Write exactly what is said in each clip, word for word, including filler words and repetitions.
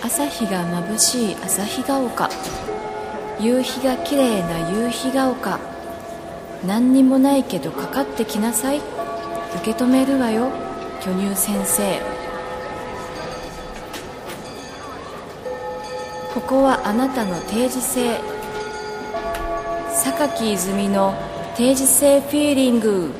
朝日が眩しい朝日が丘、夕日が綺麗な夕日が丘、何にもないけどかかってきなさい、受け止めるわよ巨乳先生。ここはあなたの定時性、榊泉の定時性フィーリング。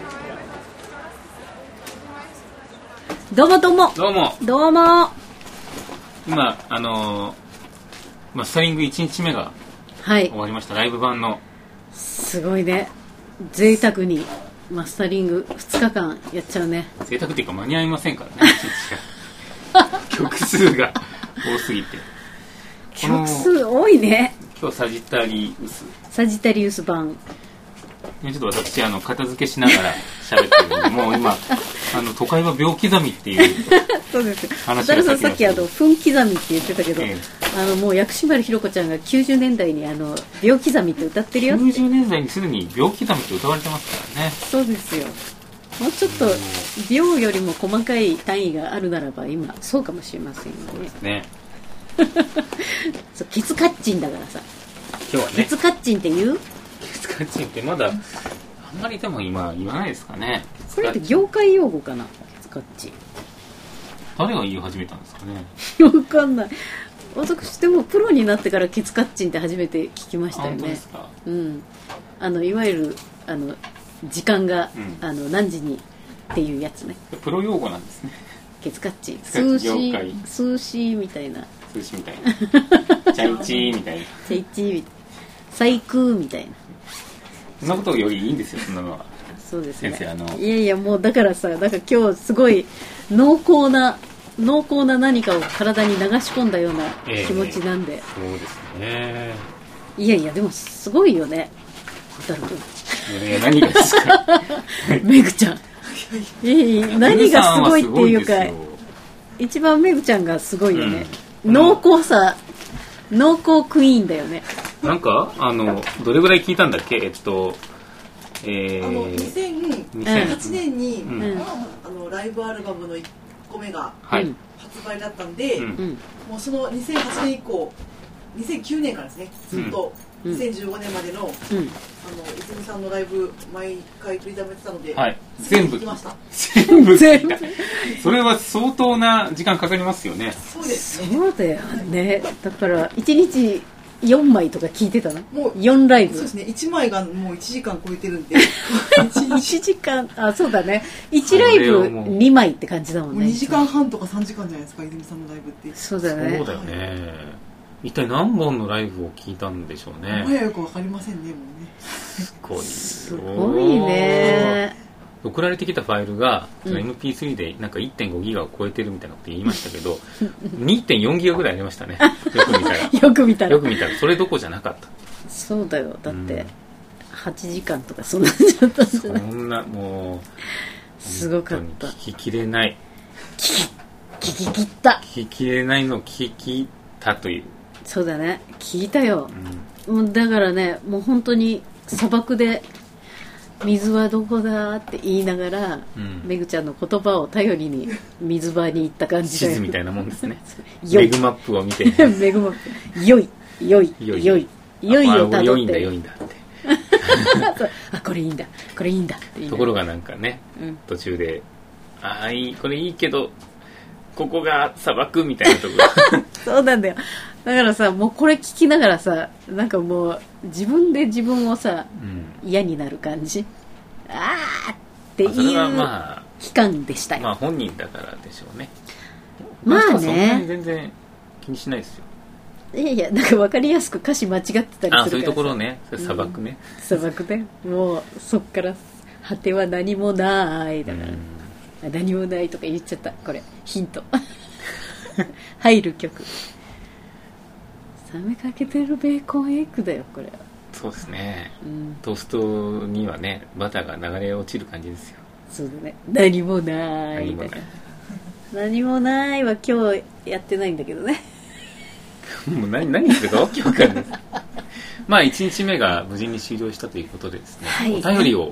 どうもどうもどうもどうも。 今あのー、マスタリングいちにちめが終わりました、はい、ライブ版の。すごいね、贅沢にマスタリングふつかかんやっちゃうね。 贅沢っていうか間に合いませんからね曲数が多すぎて。 曲数多いね。 今日サジタリウスサジタリウス版。 ちょっと私あの片付けしながら喋ってるんでもう今あの都会は秒刻みっていうそうですよ。 話渡さんさっきあの分刻みって言ってたけど、 ええ、 あのもう薬師丸ひろ子ちゃんがきゅうじゅうねんだいにあの秒刻みって歌ってるよって。 きゅうじゅうねんだいにすでに秒刻みって歌われてますからね。 そうですよ。もうちょっと秒よりも細かい単位があるならば今そうかもしれませんよね。 そうですねそう、ケツカッチンだからさ。 今日はね、 ケツカッチンって言う？ ケツカッチンってまだあんまりでも今言わないですかね。 これって業界用語かな。ケツカッチン誰が言い始めたんですかね。 わかんない。私でもプロになってからケツカッチンって初めて聞きましたよね。 本当ですか。 うん。あのいわゆるあの時間が、うん、あの何時にっていうやつね。 プロ用語なんですね。 ケツカッチン。数詞数詞みたいな。 数詞みたいな。チャイチーみたいな。 チャイチーみたいな。細工みたいな。 そんなことよりいいんですよ、そんなのは。 そうですね。 先生、あのいやいや、もうだからさ、だから今日すごい濃厚な濃厚な何かを体に流し込んだような気持ちなんで、 えー、そうですね。 いやいや、でもすごいよね、小樽君。 いや何がですかめぐちゃん。いやいや、何がすごいっていうか、一番めぐちゃんがすごいよね、うん、濃厚さ、濃厚クイーンだよね。 なんかあのどれぐらい聞いたんだっけ。えっとえー、 あのにせんはちねんに、うん、あのライブアルバムのいっこめが発売だったんで、うん、もうそのにせんはちねん以降にせんきゅうねんからですね、ずっとにせんじゅうごねんまでの、うん、あの泉さんのライブ毎回取りためてたので、はい、 全部聞きました。 全部聞いた。それは相当な時間かかりますよね。 そうですね。 そうだよね。だからいちにちよんまいとか聞いてたの。 もうよんライブ。 そうですね。いちまいがもういちじかん超えてるんでいちじかん、あ、そうだね。いちライブにまいって感じだもんね。 もうにじかんはんとかさんじかんじゃないですか、泉さんのライブって。 そうだね。 そうだよね。一体何本のライブを聞いたんでしょうね。 もはやよくわかりませんね、もうね。 すごい。 すごいね。 送られてきたファイルが、うん、エムピースリー でなんか いってんごギガを超えてるみたいなこと言いましたけどにてんよんギガぐらいありましたね。よく見たらよく見たらよく見たらそれどこじゃなかった。 そうだよ。だって、うん、はちじかんとかそんなんじゃったんじゃない。 そんなもうすごかった。 聞ききれない。 聞き聞き切った聞ききれないのを聞きたという。 そうだね、聞いたよ、うん、もうだからね、もう本当に砂漠で水はどこだって言いながら、うん、めぐちゃんの言葉を頼りに水場に行った感じだよ。 地図みたいなもんですね。メグマップを見てメグマップよいよいよいよいよいをたどって、よいんだよいんだってあ、これいいんだこれいいんだってところがなんかね、うん、途中でああいいこれいいけどここが砂漠みたいなところそうなんだよ。だからさ、もうこれ聞きながらさ、なんかもう自分で自分をさ、うん、嫌になる感じ。あーっていう期間でしたよ。 まあ本人だからでしょうね。 まあね。 そんなに全然気にしないですよ。 いやいや、なんか分かりやすく歌詞間違ってたりするからさ。 あ、そういうところね。それ砂漠ね、 うん、砂漠でもうそっから果ては何もないだから、うん、何もないとか言っちゃった。これヒント入る曲。冷めかけてるベーコンエッグだよこれ。 そうですね、うん、トーストにはねバターが流れ落ちる感じですよ。 そうだね。何もない何もない何もないは今日やってないんだけどねもう 何, 何言ってるかわけわかんないですまあいちにちめが無事に終了したということでですね、はい、お便りを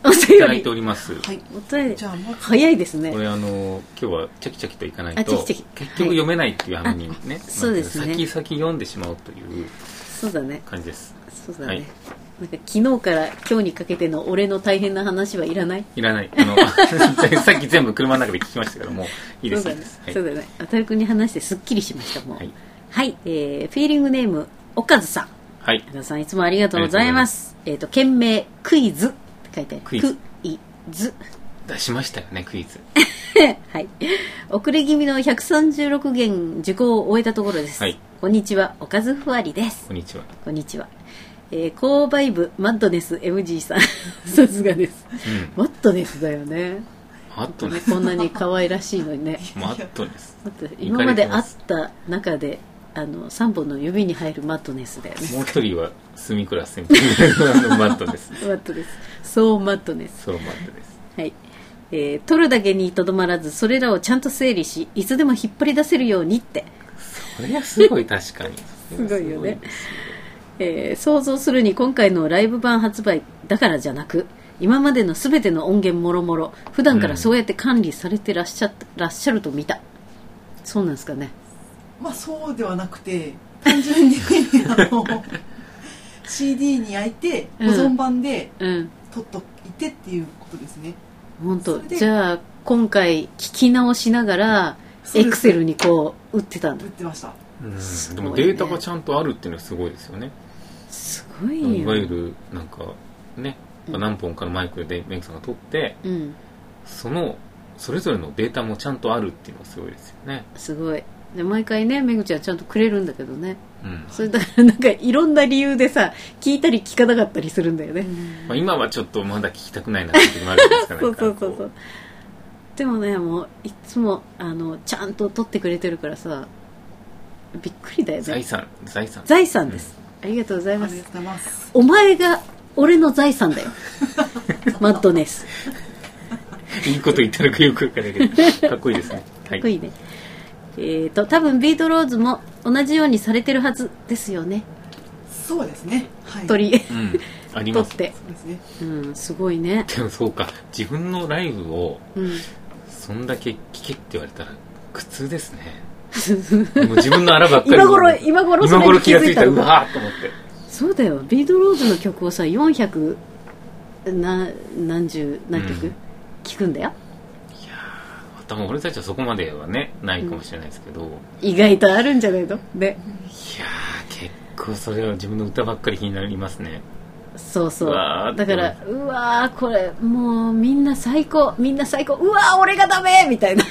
お便りいただいております。 はい、お便りじゃあ早いですね。 これあの今日はチャキチャキといかないとチャキチャキ結局読めないっていう話にね、はい、 そうですね、 先々読んでしまうというそうだね感じです。 そうだね、はい、なんか昨日から今日にかけての俺の大変な話はいらない？ いらない。あのさっき全部車の中で聞きましたけどもいいです。そうだね、はい、 そうだね。あたるくんに話してすっきりしましたもう。はい、はい、えー、フィーリングネームおかずさん。 はい。 おかずさんいつもありがとうございます。えっ、ー、と件名クイズって書いてある。 クイズ。 クイズ出しましたよねクイズ。 はい。遅れ気味のひゃくさんじゅうろく件受講を終えたところです。はい。こんにちは、おかずふわりです。 こんにちは。 こんにちは。えー、購買部マッドネス エムジー さんさすがです、うん、マッドネスだよね。 マッドネス、 こんなに可愛らしいのにね。 マッドネス今まであった中であのさんぼんの指に入るマッドネスだよね。 もう一人はスミクラス先輩のマッドネスマッドネスそうマッドネスそうマッドネス。 はい、えー、取るだけにとどまらずそれらをちゃんと整理しいつでも引っ張り出せるようにって。 それはすごい確かにすごいよね。えー、想像するに今回のライブ版発売だからじゃなく今までの全ての音源もろもろ普段からそうやって管理されてらっしゃ、うん、らっしゃると見た。そうなんですかね。 まあそうではなくて単純にあのシーディー に焼いて保存版で取っといてっていうことですね。 本当。じゃあ今回聞き直しながらエクセルにこう打ってたんだ。 打ってました。 うん、でもデータがちゃんとあるっていうのはすごいですよね。 すごいよ。 いわゆるなんかね、うん、何本かのマイクでメイクさんが撮って、うん、そのそれぞれのデータもちゃんとあるっていうのはすごいですよね。 すごい。で毎回ねめぐちゃんちゃんとくれるんだけどね、うん、それだからなんかいろんな理由でさ聞いたり聞かなかったりするんだよね、 まあ、今はちょっとまだ聞きたくないなって時もあるんですかね。 そうそうそうそう。でもねもういつもあのちゃんと撮ってくれてるからさびっくりだよね。 財産財産財産です、うん、ありがとうございます。 ありがとうございます。 お前が俺の財産だよマッドネスいいこと言ったらよくわからないけどかっこいいですね。 かっこいいね、はい。えーと多分ビートローズも同じようにされてるはずですよね。 そうですね、はい、 鳥、うん、 あります。 取ってそうですね、うん、すごいね。 でもそうか自分のライブを、うん、そんだけ聞けって言われたら苦痛ですね。もう自分の穴ばっかり今頃今頃今頃気がついた。うわーと思って。そうだよビートローズの曲をさよんひゃくな何十何曲、うん、聞くんだよ。 いやー多分俺たちはそこまではねないかもしれないですけど、うん、 意外とあるんじゃないのね。 いやー結構それは自分の歌ばっかり気になりますね。 そうそうだからうわーこれもうみんな最高みんな最高うわー俺がダメみたいな。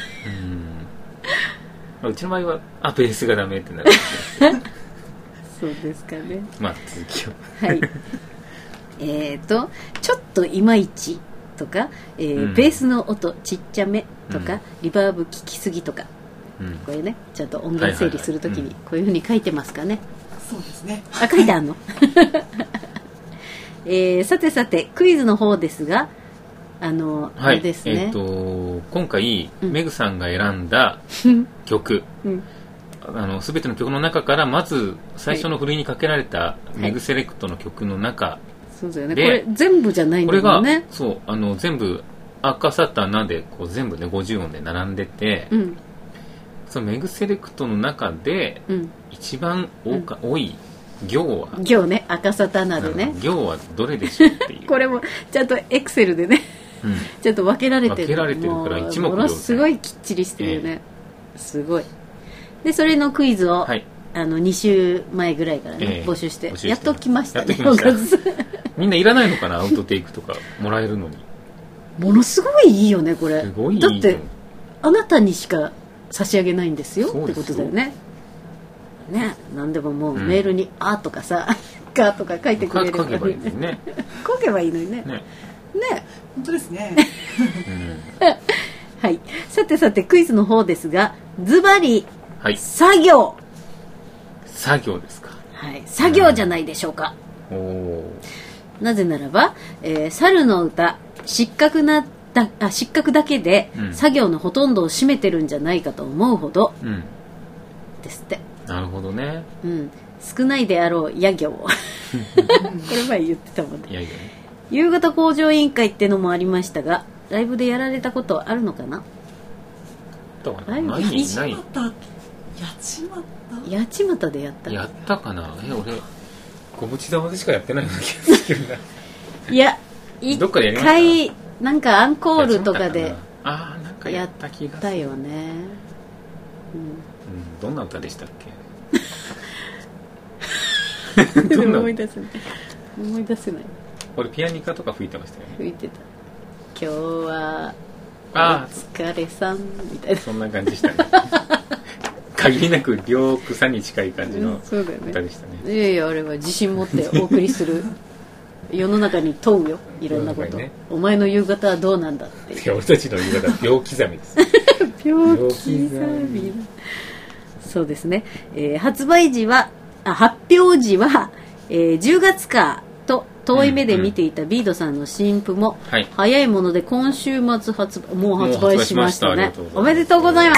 うんうちの場合はあベースがダメってなるそうですかね。 まあ続きをはいえーとちょっといまいちとか、えーうん、ベースの音ちっちゃめとか、うん、リバーブ聞きすぎとか、うん、これねちゃんと音源整理するときにこういう風に書いてますかね。 そうですね。 あ書いてあんの、えー、さてさてクイズの方ですがあの、 はい、あれですね、えー、と今回、うん、メグさんが選んだ曲、うん、あの全ての曲の中からまず最初のふるいにかけられたメグセレクトの曲の中、はい、 そうだよね。これ全部じゃないんだよね。これがそうあの全部赤サタナでこう全部ねごじゅう音で並んでて、うん、そのメグセレクトの中で、うん、一番多か、うん、多い行は行ね赤サタナでね行はどれでしょうっていうこれもちゃんとエクセルでねうん、ちょっと分けられてる。 分けられてるから一目瞭然。ものすごいきっちりしてるよね、えー、すごい。でそれのクイズを、はい、あのに週前ぐらいからね、えー、募集してやっと来ましたね。 みんないらないのかなアウトテイクとかもらえるのに。 ものすごいいいよねこれ。 すごいいい。 だってあなたにしか差し上げないんですよってことだよね。ね、なんでももうメールに「あ」とかさ「か」とか書いてくれるから書けばいいのにね。 書けばいいのにね。 ねね本当ですね、 うん、はいさてさてクイズの方ですがズバリ、はい、作業作業ですか。 はい作業じゃないでしょうか、 うん、おなぜならば、えー、猿の歌失格なだあ失格だけで、うん、作業のほとんどを占めてるんじゃないかと思うほど、うん、ですって。 なるほどね、 うん、少ないであろう野行これ前言ってたもんね。 いやいやね夕方工場委員会ってのもありましたが、ライブでやられたことあるのかな。 ライブないない八街八街でやったやったかな。え俺小淵沢でしかやってないような気がするけどな。 いやどっかでやりました。 一回なんかアンコールとかでああなんかやった気がする。 やったよね、うんうん、どんな歌でしたっけ。どんな思い出せない思い出せない。 俺ピアニカとか吹いてましたよね。 吹いてた。今日はあお疲れさんみたいな、 そんな感じでしたね。限りなく両草に近い感じの歌でしたね。 いやいや、あれは自信持ってお送りする世の中に問うよ、いろんなこと、ね、お前の夕方はどうなんだって。 いや俺たちの夕方は秒刻みです。 秒刻み。そうですね、えー、発売時はあ発表時は、えー、じゅうがつかと遠い目で見ていたビードさんの新譜も、うんうん、早いもので今週末発売、もう発売しましたね。おめでとうございます。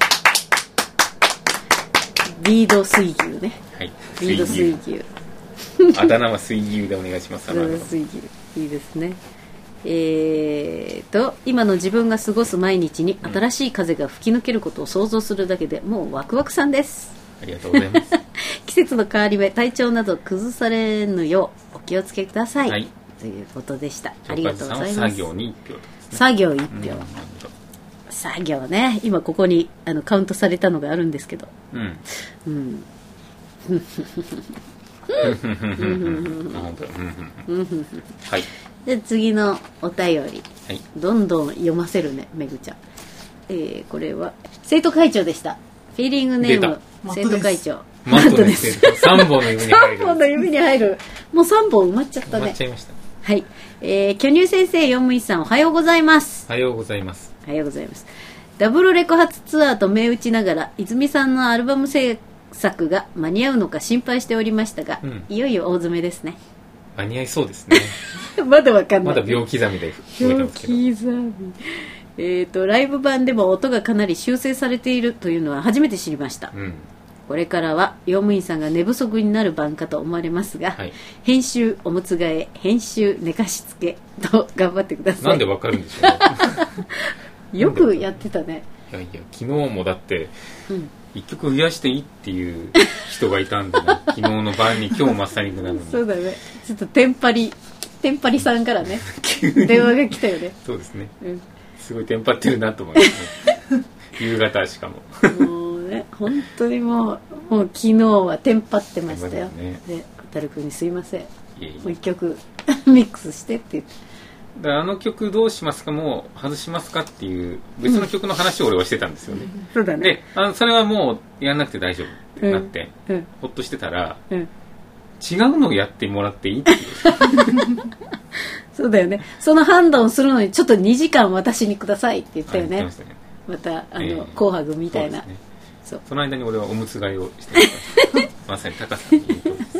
ビード水牛ね、 はい、 ビード水牛あだ名は水牛でお願いします。 水牛いいですね。えーと今の自分が過ごす毎日に新しい風が吹き抜けることを想像するだけでもうワクワクさんです。 ありがとうございます。 季節の変わり目、体調など崩されぬようお気をつけください、はい、ということでした。ありがとうございます。 作業にいち票ですね。 作業いち票、うん、作業ね、今ここにあのカウントされたのがあるんですけど、うんうんはい。で次のお便り、はい、どんどん読ませるねめぐちゃん、えー、これは生徒会長でした。フィーリングネーム生徒会長マットです。さんぼんの指に入る。 さんぼんの指に入る。もうさんぼん埋まっちゃったね。 埋まっちゃいました。 はい、えー、巨乳先生、よむいさん、おはようございます。 おはようございます。 おはようございます。ダブルレコ発ツアーと銘打ちながら泉さんのアルバム制作が間に合うのか心配しておりましたが、うん、いよいよ大詰めですね。 間に合いそうですね。 まだわかんない。 まだ秒刻みで動いてますけど。 秒刻み。えーとライブ版でも音がかなり修正されているというのは初めて知りました、うん、これからは用務員さんが寝不足になる番かと思われますが、はい、編集おむつ替え編集寝かしつけと頑張ってください。 なんでわかるんでしょうね。 よくやってたね。 いやいや昨日もだって一曲増やしていいっていう人がいたんで、ね、昨日の晩に今日マスタリングなのに。 そうだね、ちょっとテンパリテンパリさんからね電話が来たよね。 そうですね、うんすごいテンパってるなと思いますね。夕方しかも。 もうね、本当にもう、もう昨日はテンパってましたよ。ね、で、たるくんにすいません。いえいえもう一曲ミックスしてって言って。 だからあの曲どうしますか、もう外しますかっていう別の曲の話を俺はしてたんですよね。うん、 そうだね。 で、あのそれはもうやんなくて大丈夫ってなって、うんうん、ほっとしてたら、うん、違うのをやってもらっていいっていう。 そうだよね。その判断をするのにちょっとにじかん私にくださいって言ったよね。ま, ねまたあの、えー、紅白みたいな。そうですね、 そう。その間に俺はおむつ替えをしてまさに高さに言うとです。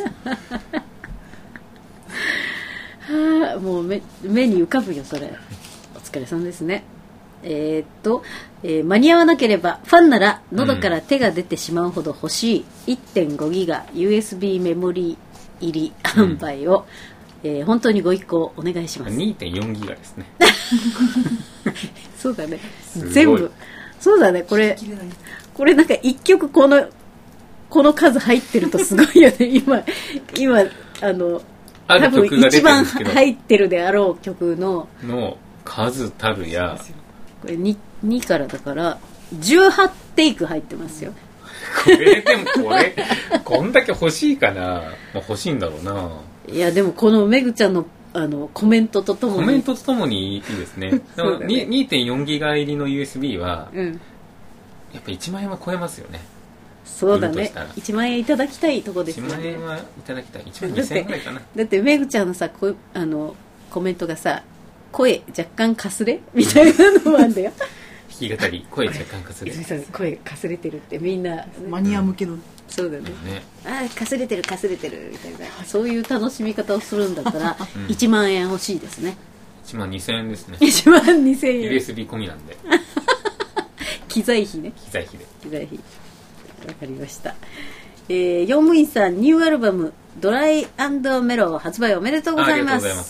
はあ、もう 目, 目に浮かぶよそれ。お疲れさんですね。えー、っと、えー、間に合わなければファンなら喉から手が出てしまうほど欲しい いってんごギガ ユーエスビー メモリー入り販売を、うんえー、本当にご一行お願いします。 にてんよんギガですね。 そうだね、全部そうだね。これこれなんか一曲このこの数入ってるとすごいよね。今今あのある曲が出てるんですけど、 多分一番入ってるであろう曲のの数たるや、 これ 2, にからだからじゅうはちテイク入ってますよ。 これでもこれこんだけ欲しいかな、まあ、欲しいんだろうな。 いやでもこのめぐちゃんのあのコメントとともにコメントとともにいいですね。でも、ね、にてんよんギガ入りの ユーエスビー は、うん、やっぱいちまん円は超えますよね。 そうだね、いちまん円いただきたいとこですよね。 いちまん円はいただきたい。いちまんにせんえんぐらいかな。 だってめぐちゃんのさこあのコメントがさ声若干かすれみたいなのもあるんだよ。 弾き語り声若干かすれ声かすれてるってみんなマニア向けの、うん、 そうだね、ああかすれてるかすれてるみたいな、そういう楽しみ方をするんだったら、うん、いちまん円欲しいですね。 いちまんにせんえんですね。 いちまんにせんえんユーエスビー 込みなんで機材費ね。 機材費で機材費わかりました。えー、用務員さんニューアルバムドライ&メロ発売おめでとうございます。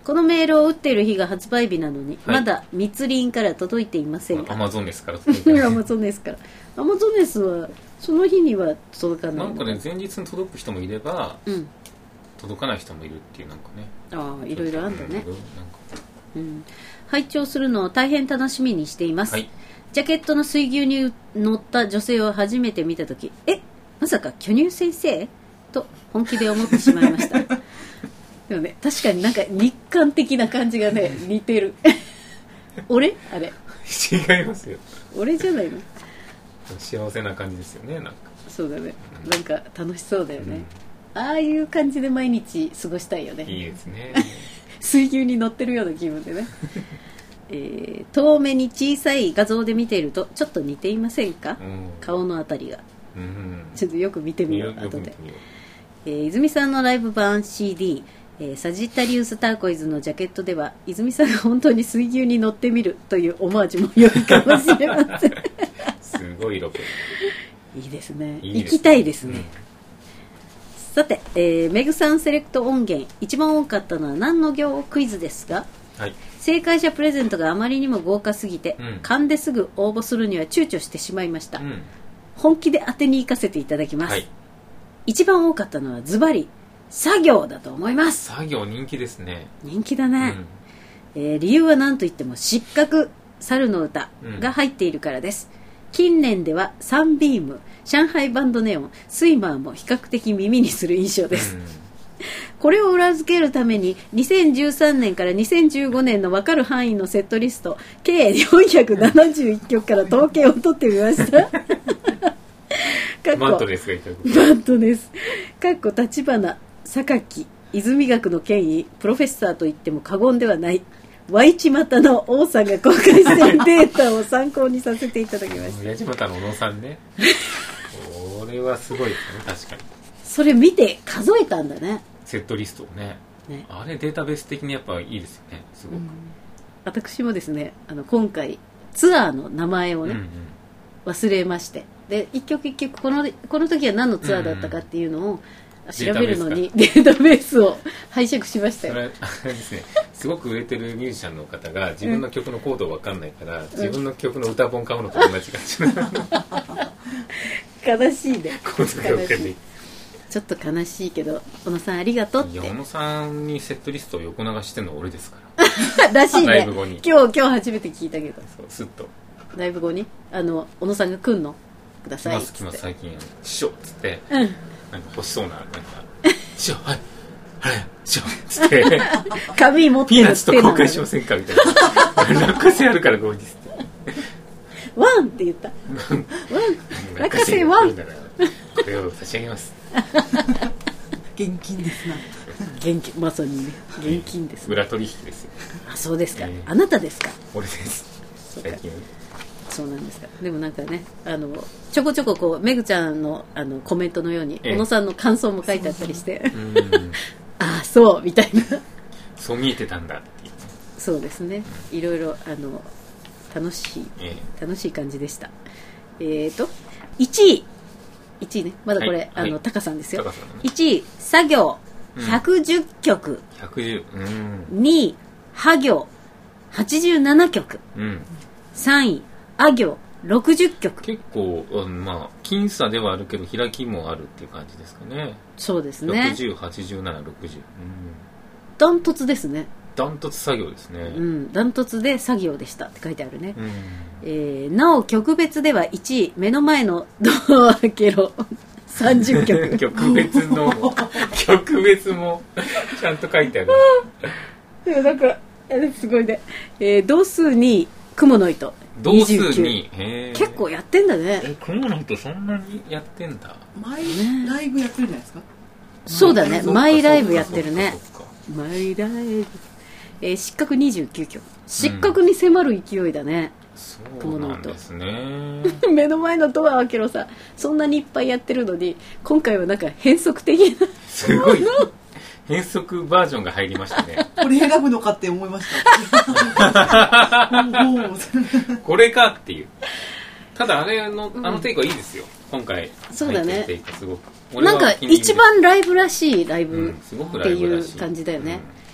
このメールを打っている日が発売日なのに、 はい、 まだ密林から届いていませんが。 アマゾンネスから届いてアマゾンネスからアマゾンネスはその日には届かないの。 なんかね、前日に届く人もいれば、うん、届かない人もいるっていう、なんかね、 ああ、いろいろあるんだね。なんか、うん、拝聴するのを大変楽しみにしています、はい、ジャケットの水牛に乗った女性を初めて見たとき、え、まさか巨乳先生と本気で思ってしまいましたでもね、確かになんか日韓的な感じがね似てる俺あれ違いますよ、 俺じゃないの。 幸せな感じですよね、なんか。 そうだね、うん、なんか楽しそうだよね、うん、ああいう感じで毎日過ごしたいよね。 いいですね水牛に乗ってるような気分でねえー、遠目に小さい画像で見ているとちょっと似ていませんか、うん、顔のあたりが、うん、ちょっとよく見てみよう後で、えー、泉さんのライブ版 シーディー、えー、サジタリウスターコイズのジャケットでは泉さんが本当に水牛に乗ってみるというオマージュも良いかもしれませんすごいロケいいですね、 いいですね、 行きたいですね、うん、さて、えー、メグさんセレクト音源一番多かったのは何の行クイズですが、はい、正解者プレゼントがあまりにも豪華すぎて、うん、勘ですぐ応募するには躊躇してしまいました、うん、本気で当てに行かせていただきます、はい、一番多かったのはズバリ作業だと思います。 作業人気ですね。 人気だね、うん、えー、理由は何といっても失格猿の歌が入っているからです、うん、近年ではサンビーム、上海バンドネオン、スイマーも比較的耳にする印象です、うん、これを裏付けるためににせんじゅうさんねんからにせんじゅうごねんの分かる範囲のセットリスト計よんひゃくななじゅういっきょくから統計を取ってみましたマットですがいただくマットですかっこ立花榊泉学の権威プロフェッサーと言っても過言ではないワイチマタの王さんが公開しているデータを参考にさせていただきました。 ワイチマタの王さんねこれはすごいですね。確かにそれ見て数えたんだね、 セットリストを ね, ねあれデータベース的にやっぱいいですよね、すごく、うん、 私もですね、あの今回ツアーの名前をね、うんうん、忘れまして、で一曲一曲このこの時は何のツアーだったかっていうのを、うんうん、調べるのにデータベースを拝借しましたよ。 それあれですね、すごく売れてるミュージシャンの方が自分の曲のコード分かんないから、うん、自分の曲の歌本買うのと同じ感じ悲しいね。 コードが分かんない。 ちょっと悲しいけど小野さんありがとうって。 小野さんにセットリストを横流してるのは俺ですかららしいね。 ライブ後に今日今日初めて聞いたけど、 そうスッとライブ後にあの小野さんが来んのくださいっつって、 来ます来ます、最近師匠っつって、うん、なんか欲しそうななんか師匠はいはい師匠っつって紙持ってるってピーナッツと公開しませんかみたいな落花生あるからこうですってワンって言ったワン落花生ワンこれを差し上げます現金ですな。 現金、まさにね現金です、ね、 裏取引ですよ。 あ、そうですか、 えー、 あなたですか。 俺です。最近そうなんですか。でもなんかね、あのちょこちょここうめぐちゃんのあのコメントのように、ええ、小野さんの感想も書いてあったりして、うんああそうみたいなそう見えてたんだっていう。 そうですね、いろいろあの楽しい、ええ、楽しい感じでした。えーといちいいちいね、まだこれ、はい、あの、はい、タカさんですよ、ね、いちい作業ひゃくじゅっきょく、 ひゃくじゅう、うん、にいは行はちじゅうななきょく、うん、さんいあ行ろくじゅっきょく。 結構、うん、まあ僅差ではあるけど開きもあるっていう感じですかね。 そうですね、 ろくじゅう、はちじゅうなな、ろくじゅう、 ダントツですね。 ダントツ作業ですね。 うん、ダントツで作業でしたって書いてあるね、うん、えー、なお曲別ではいちい目の前のドアを開けろさんじゅっきょく曲別の曲別もちゃんと書いてあるいやなんかあれすごいね、えー、同数に雲の糸同数に結構やってんだね。 え雲の糸そんなにやってんだ。 マイライブやってるんじゃないですか。 そうだね、マイライブやってるね。マイライブ、えー、失格にじゅうきゅうきょく、失格に迫る勢いだね、 うん、そうなんですね目の前のドアを開けろさ、そんなにいっぱいやってるのに今回はなんか変則的なすごい変則バージョンが入りましたね。 これ選ぶのかって思いましたこれかっていう。ただあれのあのテイクはいいですよ、うん、今回そうだね、 テイクすごくなんか一番ライブらしいライブっていう感じだよね、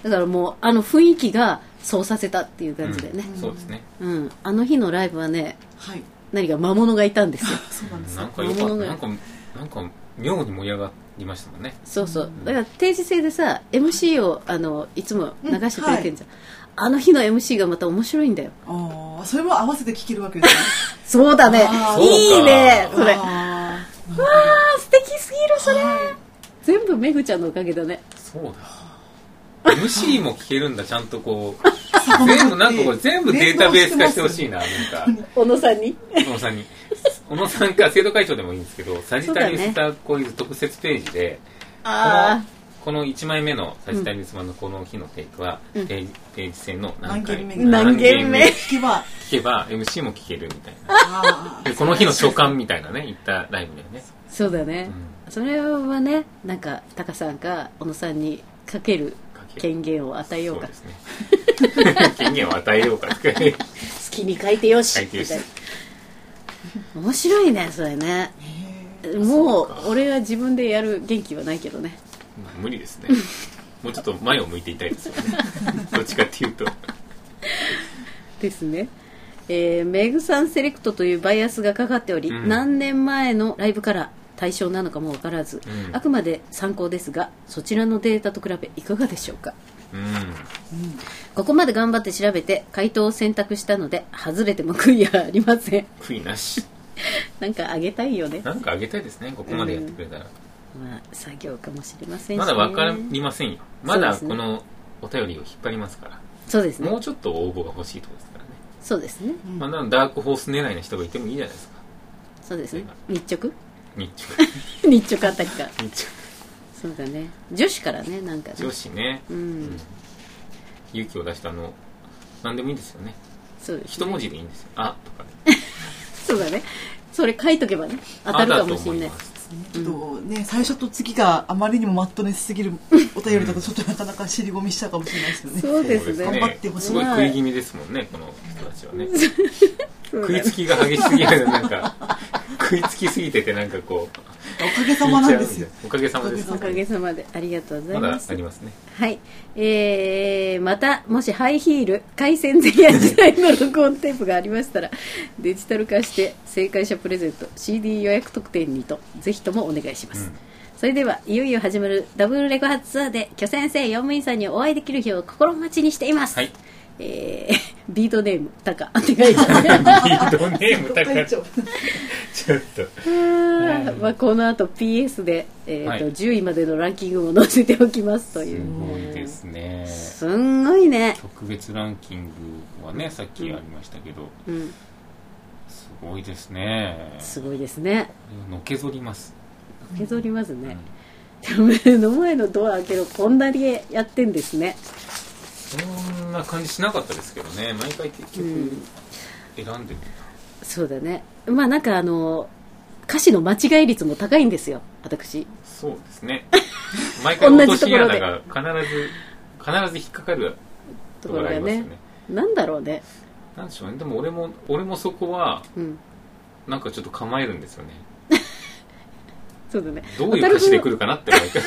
だからもうあの雰囲気がそうさせたっていう感じでね、 うん、そうですね、 うん、あの日のライブはね、 はい、 何か魔物がいたんですよそうなんです。 なんかよかった、なんかなんか妙に盛り上がりましたもんね。 そうそう、だから定時制でさ エムシー をあのいつも流してくれてるじゃん、うんはい、あの日の エムシー がまた面白いんだよ。 ああ、それも合わせて聴けるわけですねそうだね、いいねそれ。わあ素敵すぎるそれ、はい、全部めぐちゃんのおかげだね。 そうだエムシー も聴けるんだちゃんとこう全部なんかこれ全部データベース化してほしいな。なんか小野さんに小野さんに小野さんか生徒会長でもいいんですけど、サジタリウスターコイズ特設ページで、あこのこのいちまいめのサジタリウス版のこの日のテイクは、うん、定時制の何回何件目聞けば聞けば エムシー も聞けるみたいなでこの日の所感みたいなね言ったライブでね。 そうだね、うん、それはねなんかタカさんか小野さんにかける権限を与えようか。 そうですね権限を与えようか好きに書いてよしみたいな。面白いねそれね。もう俺は自分でやる元気はないけどね。 無理ですねもうちょっと前を向いていたいですよねどっちかっていうとですね。えー、メグさんセレクトというバイアスがかかっており、うん、何年前のライブから対象なのかも分からず、うん、あくまで参考ですがそちらのデータと比べいかがでしょうか。うんうん、ここまで頑張って調べて回答を選択したので外れても悔いはありません。 悔いなしなんかあげたいよね。 なんかあげたいですねここまでやってくれたら、 うん、まあ作業かもしれませんし、ね、 まだ分かりませんよ。まだこのお便りを引っ張りますから。 そうですね。 もうちょっと応募が欲しいところですからね。 そうですね、 まあ、なんダークホース狙いの人がいてもいいじゃないですか。 そうですね。日直日直日直あたりか日直そうだね。女子からねなんかね女子ね、うんうん、勇気を出したあの何でもいいんですよね。 そうですね。 一文字でいいんですよ。あとかねそうだね。それ書いとけばね当たるかもしれない。 ちょっとね、最初と次があまりにもマットネスすぎるお便りだとちょっとなかなか尻込みしちゃうかもしれないですよね。 そうですね。 頑張ってほしい。 すごい食い気味ですもんねこの人たちはね食いつきが激しすぎるなんか食いつきすぎててなんかこうおかげさまなんですよ。 おかげさまです。 おかげさまでありがとうございます。 まだありますね。 はい、えー、またもしハイヒール回線前夜時代の録音テープがありましたらデジタル化して正解者プレゼント シーディー 予約特典にとぜひともお願いします、うん、それではいよいよ始まるダブルレゴ発ツアーで巨先生用務員さんにお会いできる日を心待ちにしています。はい、えー、ビートネームタカって書いてあるビートネームタカちょっとあ、まあ、この後 ピーエス で、えーとはい、じゅういまでのランキングを載せておきますという。 すごいですね。 すんごいね。 特別ランキングはねさっきありましたけど、うん、すごいですね。 すごいですね。 のけぞりますのけぞりますね、うん、目の前のドア開けるこんなにやってんですね。 そんな感じしなかったですけどね。毎回結局選んでる、 うん、そうだね。まあなんかあの歌詞の間違い率も高いんですよ私。 そうですね。毎回落とし穴が必ず必ず引っかかるところがありますよね。 なんだろうね。 なんでしょうね。でも俺も俺もそこは、うん、なんかちょっと構えるんですよね。 そうだね。 どういう歌詞で来るかなって毎回。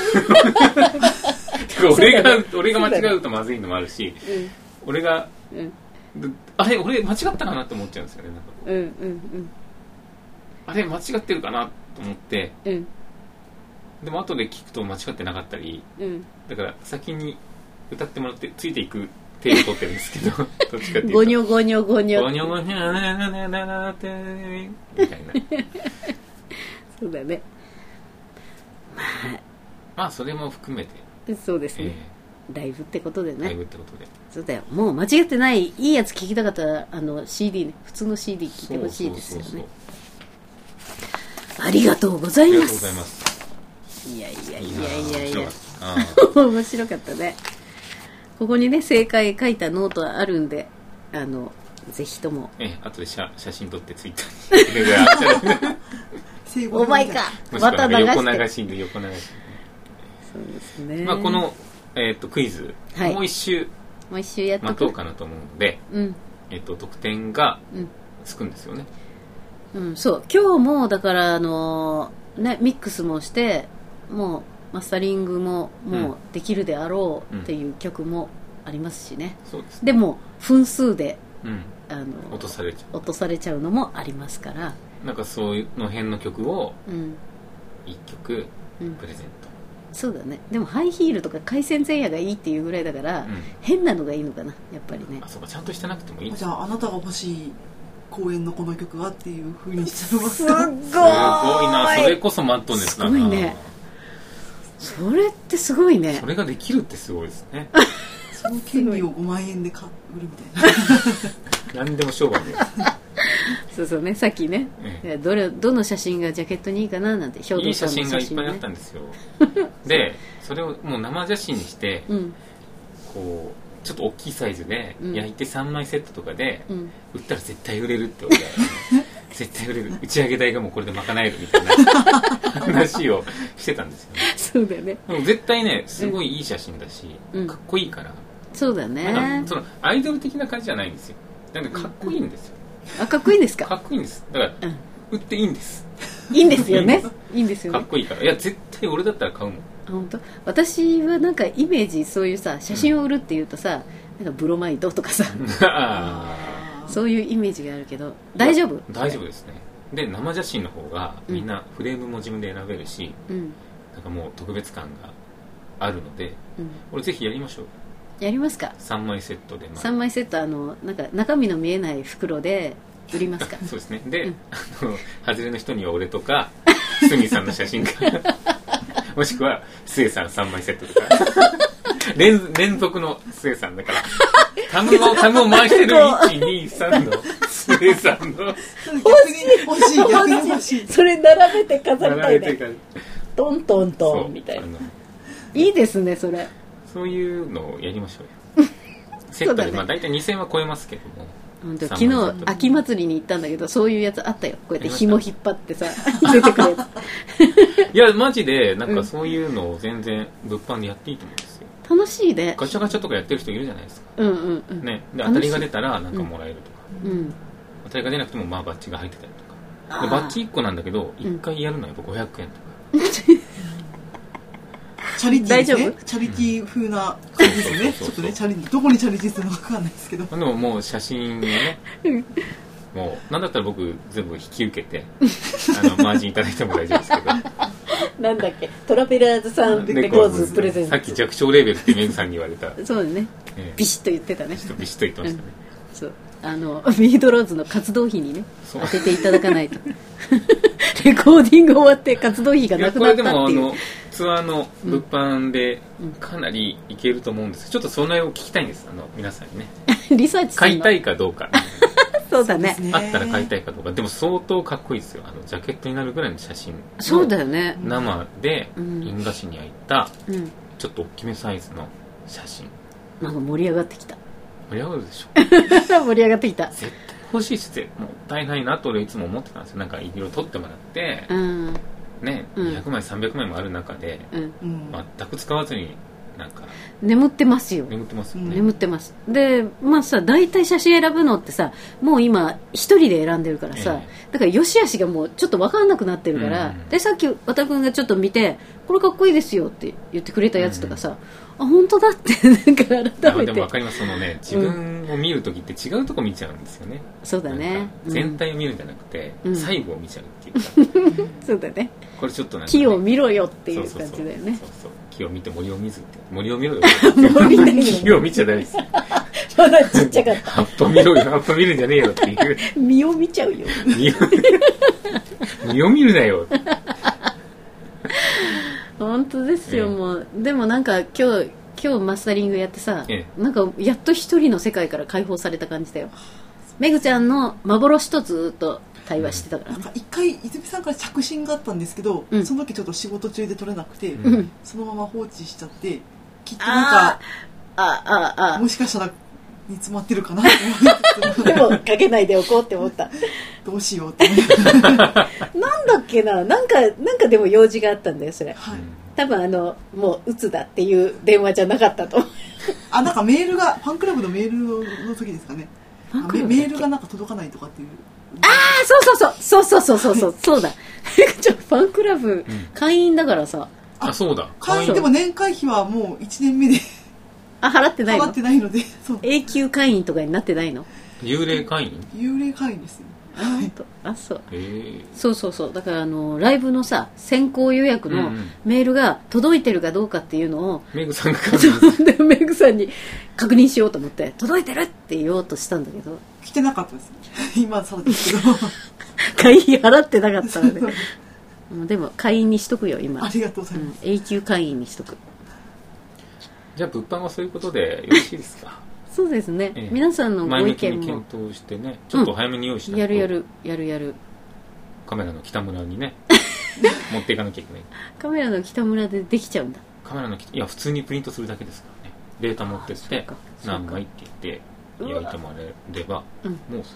俺が、ね、俺が間違うとまずいのもあるし、うん、俺が、うん、あれ俺間違ったかなって思っちゃうんですよね。なんかうんうんうん、あれ間違ってるかなと思って、うん、でも後で聞くと間違ってなかったり、うん、だから先に歌ってもらってついていく手を取ってるんですけどどっちかっていうとゴニョゴニョゴニョゴニョゴニョなななななってみたいなそうだね。まあまあそれも含めてそうですね、えー、ライブってことでね。 ライブってことでそうだよ。もう間違ってないいいやつ聞きたかったらあの シーディー ね、普通の シーディー 聞いてほしいですよね。そうそうそう。ありがとうございます。ありがとうございます。いやいやいやいやいや面白かったね。ここにね正解書いたノートはあるんで、あのぜひともえ後で 写, 写真撮ってツイッターにお前かまた流して横流しで横流し、 そうですね。 まあ、この、えー、とクイズ、はい、もう一周もう一周やっと待とうかなと思うので、うんえー、と得点がつくんですよね、うんうん、そう今日もだから、あのーね、ミックスもしてもうマスタリングももうできるであろうっていう曲もありますしね、 うん、そうですね。 でも分数で、 うん、 あの落とされちゃう落とされちゃうのもありますから、 なんかそういうの辺の曲をいっきょくプレゼント、うん、 そうだね。でもハイヒールとか回線前夜がいいっていうぐらいだから、うん、変なのがいいのかなやっぱりね。 あ、そうか、ちゃんとしてなくてもいい。 じゃああなたが欲しい公演のこの曲はっていう風にしちゃいますか。すごいすごいな、それこそマットネスだな。 すごいね、それってすごいね。 それができるってすごいですね。 その権利をごまんえんで買売るみたいな。 何でも商売でそうそうね、さっきね、ええ、どれどの写真がジャケットにいいかななんて兵頭さんの写真、ね、 いい写真がいっぱいあったんですよ。でそれをもう生写真にして、うん、こうちょっと大きいサイズで焼いてさんまいセットとかで、うん、売ったら絶対売れるってことで絶対売れる、打ち上げ代がもうこれで賄えるみたいな話をしてたんですよね。 そうだね。 でも絶対ねすごいいい写真だし、うん、かっこいいから、 そうだね。 なんかそのアイドル的な感じじゃないんですよ。なんかかっこいいんですよ、 うん、あ、かっこいいんですか。 かっこいいんです。だから、うん、売っていいんです。 いいんですよね。いいんですよね。 かっこいいから。いや絶対俺だったら買うもん。 本当。私はなんかイメージ、そういうさ写真を売るっていうとさ、うん、なんかブロマイドとかさそういうイメージがあるけど、大丈夫？ 大丈夫ですね。で生写真の方がみんなフレームも自分で選べるし、うん、なんかもう特別感があるので、うん、俺ぜひやりましょう。 やりますか。 さんまいセットで、まあ、 さんまいセット、あのなんか中身の見えない袋で売りますか。 そうですね。で、うん、あの外れの人には俺とかスミさんの写真がもしくはスエさんさんまいセットとか連, 連続のスエさんだからタムをタムを回してるいちにさんのスエさんの欲しい欲しい逆に欲しい。それ並べて飾りたいね。トントントンみたいな。いいですねそれ。 そういうのをやりましょうよ。セットで、ね、まあ大体にせんえんは超えますけども。 昨日秋祭りに行ったんだけど、そういうやつあったよ。こうやって紐引っ張ってさ出てくるやつ。いやマジでなんかそういうのを全然物販でやっていいと思うんですよ。 楽しいね。 ガチャガチャとかやってる人いるじゃないですか。 うんうんうん。 ね、で当たりが出たらなんかもらえるとか、 うん、 当たりが出なくてもまあバッジが入ってたりとか。でバッジいっこなんだけどいっかいやるのはやっぱごひゃくえんとか。 チャリティーですね。チャリティー風な感じですよね。ちょっとね、チャリどこにチャリティーするのか分かんないですけど。 でももう写真をね、もうなんだったら僕全部引き受けてあのマージンいただいても大丈夫ですけど。 なんだっけ、トラベラーズさんレコーズプレゼント。 さっき弱小レーベルってメグさんに言われた。 そうだね、えー、ビシッと言ってたね。 ビシッと言ってましたね、 うん、そう、あのミードローズの活動費にね当てていただかないとレコーディング終わって活動費がなくなったっていう。 これでもあのツアーの物販でかなりいけると思うんです。ちょっとその辺を聞きたいんです、あの皆さんにね。 リサーチするの買いたいかどうか。 そうだね。 あったら買いたいかどうか。でも相当かっこいいですよ。あのジャケットになるぐらいの写真。 そうだよね。 生で印画紙に焼いた、うん、ちょっと大きめサイズの写真。 なんか盛り上がってきた。 盛り上がるでしょ。 盛り上がってきた。 絶対欲しいし、もったいないなと俺いつも思ってたんですよ。なんかいろいろ撮ってもらって、うんね、にひゃくまいさんびゃくまいもある中で、うん、全く使わずになんか眠ってますよ。 眠ってますよね。 眠ってます。でまあさ、大体写真選ぶのってさ、もう今一人で選んでるからさ、えー、だから良し悪しがもうちょっと分かんなくなってるから、うん、でさっき和田君がちょっと見て、これかっこいいですよって言ってくれたやつとかさ、うん、あ本当だってなんか改めて。でも分かります。そのね、自分を見るときって違うとこ見ちゃうんですよね、 うん、そうだね。 全体を見るんじゃなくて、うん、細部を見ちゃうっていうかそうだね。 これちょっとなんか、ね、 木を見ろよっていう感じだよね。 そうそうそう、木を見て森を見ずって、森を見ろよ森木を見ちゃダメです。 まだちっちゃかった。 葉っぱ見ろよ、葉っぱ見るんじゃねえよっていう実を見ちゃうよ。 実を見るなよ。 本当ですよ、ええ、もうでもなんか今日今日マスタリングやってさ、ええ、なんかやっと一人の世界から解放された感じだよ。めぐちゃんの幻とずっと対話してたから、ね、 なんか一回泉さんから着信があったんですけど、うん、その時ちょっと仕事中で取れなくて、うん、そのまま放置しちゃって、きっとなんかあああもしかしたら煮詰まってるかなってでもかけないでおこうって思った。 どうしようって思ってなんだっけな、なんかなんかでも用事があったんだよそれ、 はい、 多分あのもう鬱だっていう電話じゃなかったとあ、なんかメールがファンクラブのメールの時ですかね。メ, メールがなんか届かないとかっていう。 ああ、そうそうそうそうそうそうそうそうそうだ。ちょファンクラブ会員だからさ、 あ、そうだ。 会員でも年会費はもういちねんめであ、払ってないの？ 払ってないので、そう。 永久会員とかになってないの？ 幽霊会員？ 幽霊会員ですよ。 あ、本当。あ、そう。 へえ。 そうそうそう。だからあのライブのさ、先行予約のメールが届いてるかどうかっていうのを、 メグさんが確認でメグさんに確認しようと思って届いてるって言おうとしたんだけど、 来てなかったです。今そうですけど。 会費払ってなかったので。でも会員にしとくよ今。 ありがとうございます。 うん、永久会員にしとく。 じゃあ物販はそういうことでよろしいですか？ そうですね、 ええ、 皆さんのご前意見も向きに検討してね、ちょっと早めに用意した、 うん、やるやるやるやる。 カメラの北村にね持っていかなきゃいけない。 カメラの北村でできちゃうんだ。 カメラの北いや普通にプリントするだけですからね。データ持ってって何枚って言って焼いてもらえれば、うん、もう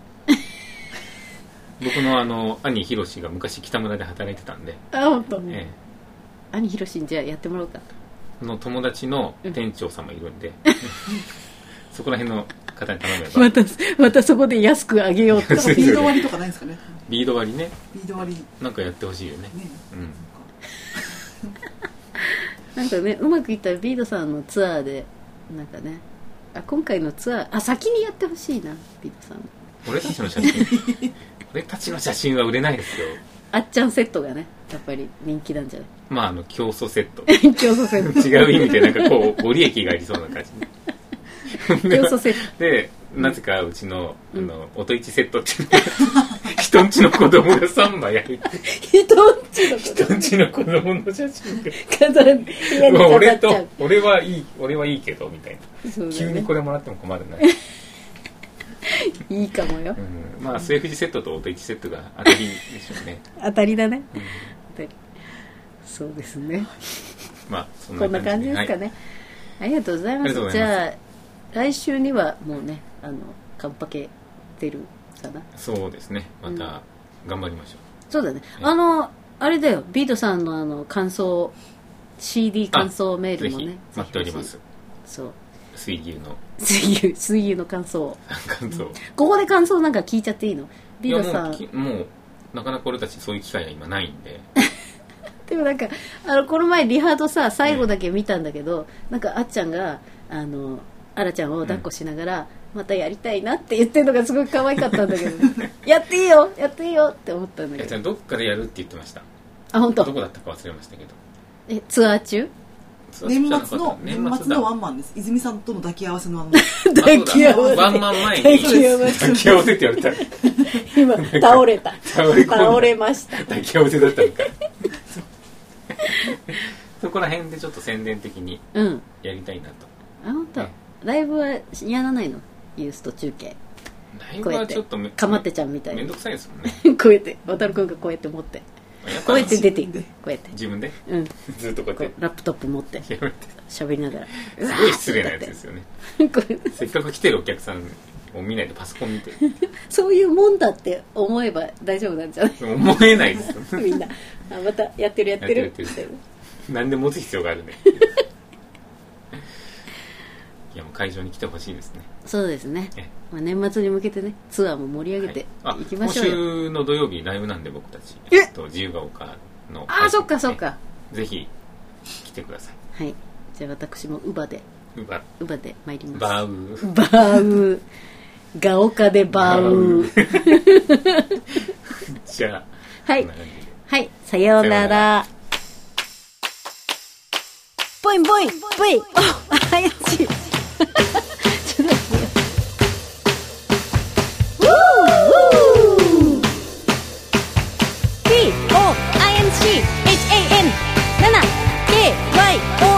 僕のあの兄ひろしが昔北村で働いてたんで。 あ、本当。 ええ、 兄ひろしにじゃあやってもらおうか。 の友達の店長さんもいるんで、うん、そこら辺の方に頼めばまたまたそこで安くあげようって。 ビード割りとかないんですかね？ ビード割りね。 ビード割りなんかやってほしいよね。ね、 うん、なんかね、うまくいったらビードさんのツアーでなんかね、あ、今回のツアー、あ、先にやってほしいな、ビードさん。 俺たちの写真俺たちの写真は売れないですよ。 あっちゃんセットがね、やっぱり人気なんじゃない？ まああの競争セット競争セット違う意味でなんかこうご利益がありそうな感じ競争セットで、なぜかうちの、うん、あの音一セットっていう人んちの子供がさんまいある人んちの子供人んちの子供の写真が飾る、家に飾っちゃう。 俺と俺はいい俺はいいけどみたいな、ね、急にこれもらっても困るないいいかもよ、 うん、まあ末藤セットと音一セットが当たりでしょうね当たりだね、 うん、 当たり。そうですね。 まあそんなこんな感じですかね、はい、ありがとうございます。じゃあ来週にはもうね、あのカンパケ出るかな。 そうですね、また頑張りましょう、 うん、そうだね、あのあれだよ、ビートさんのあの感想 シーディー 感想メールもね、 ぜひ待っております。 そう、 水牛の水牛水牛の感想感想、うん、 ここで感想なんか聞いちゃっていいの？ビートさん。 いやもう、もうなかなか俺たちそういう機会が今ないんででもなんかあのこの前リハードさ最後だけ見たんだけど、うん、なんかあっちゃんがあのあらちゃんを抱っこしながら、うん、またやりたいなって言ってるのがすごい可愛かったんだけどやっていいよやっていいよって思ったんだけど。 どっかでやるって言ってました。 あ、本当。 どこだったか忘れましたけど。 え、ツアー中？ 年末の年末のワンマンです。泉さんとの抱き合わせのワンマン抱き合わせ、 ワンマン前に抱き合わせって言われた今倒れた倒れました抱き合わせだったのかそこら辺でちょっと宣伝的にやりたいなと、 うん、あ、本当、ね、ライブはやらないの？ユースト中継ライブはちょっとかまってちゃんみたいにめんどくさいですもんねこうやって渡るくんがこうやって持ってこうやって出ていく、こうやって自分で、 うん、 ずっとこうやってラップトップ持って喋りながらすごい失礼なやつですよねせっかく来てるお客さんを見ないでパソコン見てそういうもんだって思えば大丈夫なんじゃない？ 思えないですよみんなあまたやってるやってるって何で持つ必要があるねいやもう会場に来てほしいですね。 そうですね、まあ、年末に向けてねツアーも盛り上げていきましょうよ、 はい、今週の土曜日ライブなんで僕たち、えっと、自由が丘の、ね、 ああそっかそっか、 ぜひ来てください。 はい、じゃあ私もウバでウバウバで参ります。 バウバウが丘でバウじゃあはいはい、さようなら。ぽいぽいぽい、あ、怪しいちょっと待ってウー P O I N C H A N なな K Y O